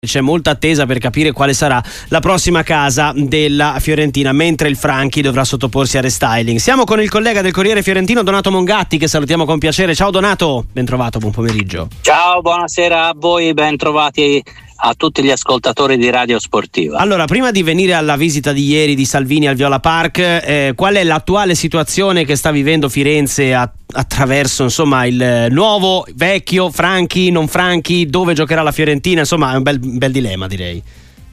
C'è molta attesa per capire quale sarà la prossima casa della Fiorentina, mentre il Franchi dovrà sottoporsi a restyling. Siamo con il collega del Corriere Fiorentino Donato Mongatti, che salutiamo con piacere. Ciao Donato, ben trovato, buon pomeriggio. Ciao, buonasera a voi, ben trovati a tutti gli ascoltatori di Radio Sportiva. Allora, prima di venire alla visita di ieri di Salvini al Viola Park, qual è l'attuale situazione che sta vivendo Firenze attraverso insomma il nuovo, vecchio, Franchi, non Franchi, dove giocherà la Fiorentina? Insomma è un bel dilemma, direi.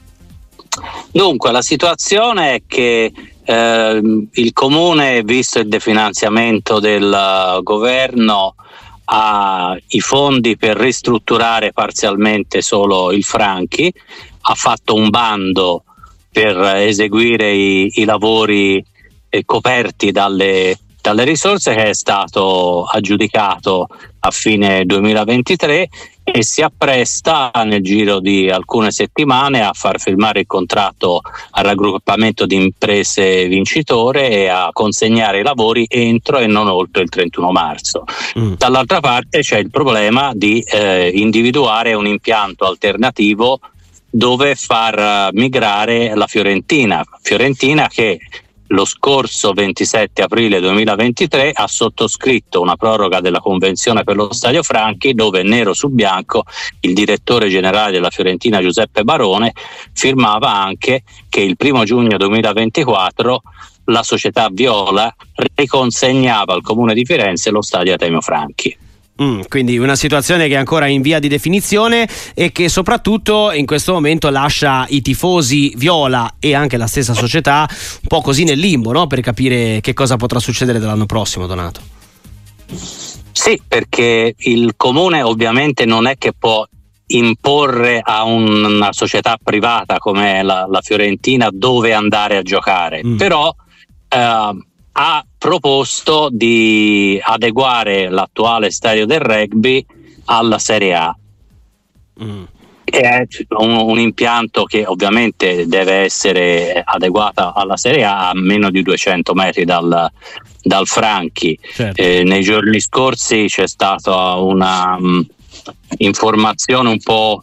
Dunque, la situazione è che il Comune, visto il definanziamento del governo, ha i fondi per ristrutturare parzialmente solo il Franchi, ha fatto un bando per eseguire i lavori coperti dalle risorse, che è stato aggiudicato a fine 2023 e si appresta nel giro di alcune settimane a far firmare il contratto al raggruppamento di imprese vincitore e a consegnare i lavori entro e non oltre il 31 marzo. Dall'altra parte c'è il problema di individuare un impianto alternativo dove far migrare la Fiorentina che lo scorso 27 aprile 2023 ha sottoscritto una proroga della convenzione per lo Stadio Franchi, dove nero su bianco il direttore generale della Fiorentina Giuseppe Barone firmava anche che il 1 giugno 2024 la società Viola riconsegnava al Comune di Firenze lo Stadio Artemio Franchi. Quindi una situazione che è ancora in via di definizione e che soprattutto in questo momento lascia i tifosi viola e anche la stessa società un po' così nel limbo, no? Per capire che cosa potrà succedere dall'anno prossimo, Donato. Sì, perché il Comune ovviamente non è che può imporre a una società privata come la Fiorentina dove andare a giocare, però ha proposto di adeguare l'attuale stadio del rugby alla Serie A. È un impianto che ovviamente deve essere adeguato alla Serie A, a meno di 200 metri dal Franchi. Certo. Nei giorni scorsi c'è stata una informazione un po'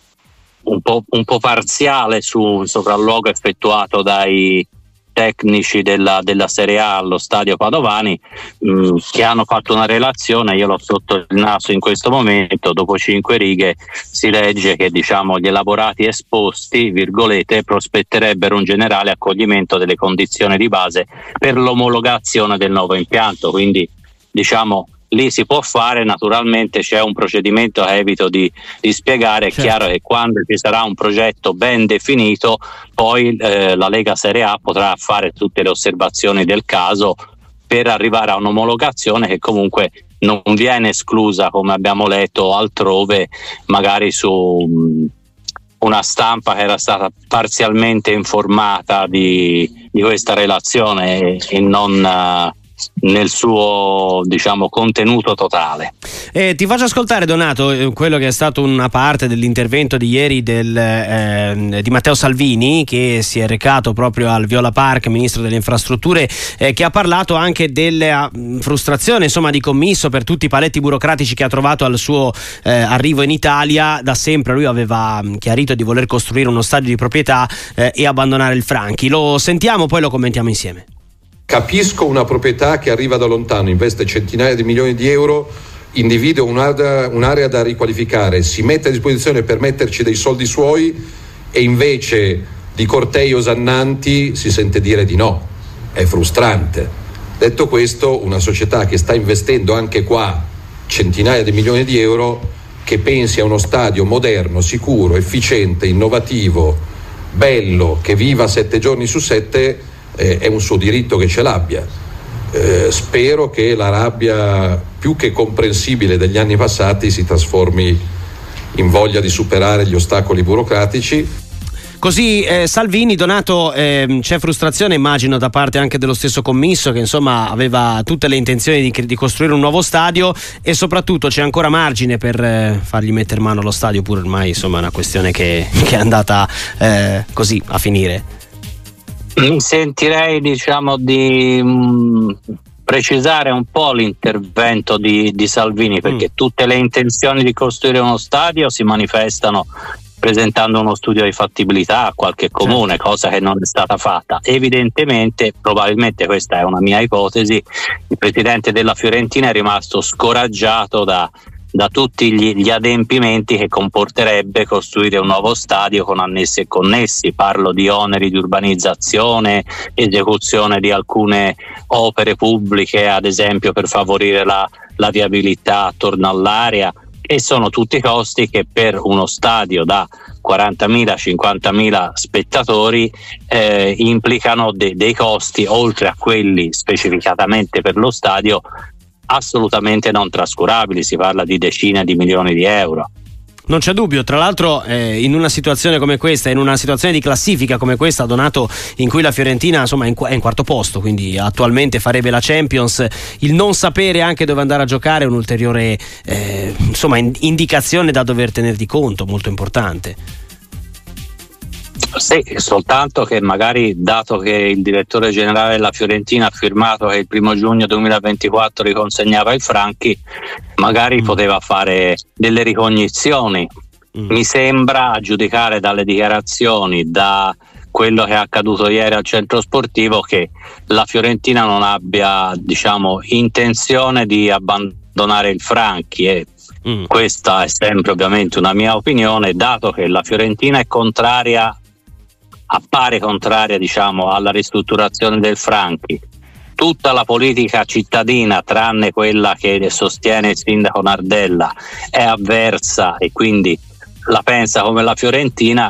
parziale su un sopralluogo effettuato dai tecnici della Serie A allo stadio Padovani, che hanno fatto una relazione. Io l'ho sotto il naso in questo momento. Dopo 5 righe si legge che, diciamo, gli elaborati esposti, virgolette, prospetterebbero un generale accoglimento delle condizioni di base per l'omologazione del nuovo impianto. Quindi, diciamo, lì si può fare, naturalmente c'è un procedimento che evito di spiegare. È certo. Chiaro che quando ci sarà un progetto ben definito, poi la Lega Serie A potrà fare tutte le osservazioni del caso per arrivare a un'omologazione che comunque non viene esclusa, come abbiamo letto altrove, magari su una stampa che era stata parzialmente informata di questa relazione e non nel suo, diciamo, contenuto totale. Ti faccio ascoltare, Donato, quello che è stato una parte dell'intervento di ieri di Matteo Salvini, che si è recato proprio al Viola Park, ministro delle infrastrutture, che ha parlato anche della frustrazione, insomma, di Commisso per tutti i paletti burocratici che ha trovato al suo arrivo in Italia. Da sempre lui aveva chiarito di voler costruire uno stadio di proprietà e abbandonare il Franchi. Lo sentiamo, poi lo commentiamo insieme. Capisco una proprietà che arriva da lontano, investe centinaia di milioni di euro, individua un'area da riqualificare, si mette a disposizione per metterci dei soldi suoi e invece di cortei osannanti si sente dire di no. È frustrante. Detto questo, una società che sta investendo anche qua centinaia di milioni di euro, che pensi a uno stadio moderno, sicuro, efficiente, innovativo, bello, che viva 7 giorni su 7, è un suo diritto che ce l'abbia. Spero che la rabbia più che comprensibile degli anni passati si trasformi in voglia di superare gli ostacoli burocratici. Così Salvini, Donato, c'è frustrazione, immagino, da parte anche dello stesso Commisso, che insomma aveva tutte le intenzioni di costruire un nuovo stadio, e soprattutto c'è ancora margine per fargli mettere mano allo stadio, pure ormai insomma è una questione che è andata così a finire. Mi sentirei, diciamo, di precisare un po' l'intervento di Salvini, perché tutte le intenzioni di costruire uno stadio si manifestano presentando uno studio di fattibilità a qualche comune, cosa che non è stata fatta. Evidentemente, probabilmente questa è una mia ipotesi, il presidente della Fiorentina è rimasto scoraggiato da tutti gli adempimenti che comporterebbe costruire un nuovo stadio con annessi e connessi. Parlo di oneri di urbanizzazione, esecuzione di alcune opere pubbliche, ad esempio per favorire la viabilità attorno all'area, e sono tutti costi che per uno stadio da 40.000-50.000 spettatori implicano dei costi, oltre a quelli specificatamente per lo stadio, assolutamente non trascurabili. Si parla di decine di milioni di euro. Non c'è dubbio, tra l'altro in una situazione come questa, in una situazione di classifica come questa, Donato, in cui la Fiorentina insomma è in quarto posto, quindi attualmente farebbe la Champions, il non sapere anche dove andare a giocare è un'ulteriore indicazione da dover tener di conto, molto importante. Sì, soltanto che magari, dato che il direttore generale della Fiorentina ha firmato che il 1 giugno 2024 riconsegnava i franchi, magari poteva fare delle ricognizioni. Mi sembra, a giudicare dalle dichiarazioni, da quello che è accaduto ieri al centro sportivo, che la Fiorentina non abbia, intenzione di abbandonare il franchi, e questa è sempre ovviamente una mia opinione, dato che la Fiorentina è appare contraria alla ristrutturazione del franchi. Tutta la politica cittadina, tranne quella che sostiene il sindaco Nardella, è avversa e quindi la pensa come la Fiorentina.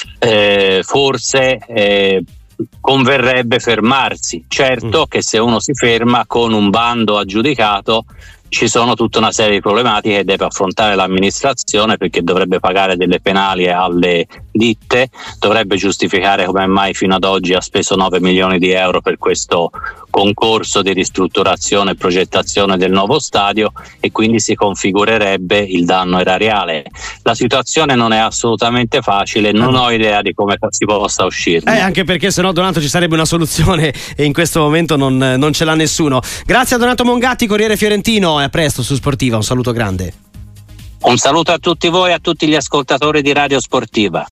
Forse converrebbe fermarsi. Certo che se uno si ferma con un bando aggiudicato ci sono tutta una serie di problematiche che deve affrontare l'amministrazione, perché dovrebbe pagare delle penali alle ditte, dovrebbe giustificare come mai fino ad oggi ha speso 9 milioni di euro per questo concorso di ristrutturazione e progettazione del nuovo stadio, e quindi si configurerebbe il danno erariale. La situazione non è assolutamente facile, non ho idea di come si possa uscirne. Anche perché sennò, Donato, ci sarebbe una soluzione e in questo momento non ce l'ha nessuno. Grazie a Donato Mongatti, Corriere Fiorentino, e a presto su Sportiva, un saluto grande. Un saluto a tutti voi e a tutti gli ascoltatori di Radio Sportiva.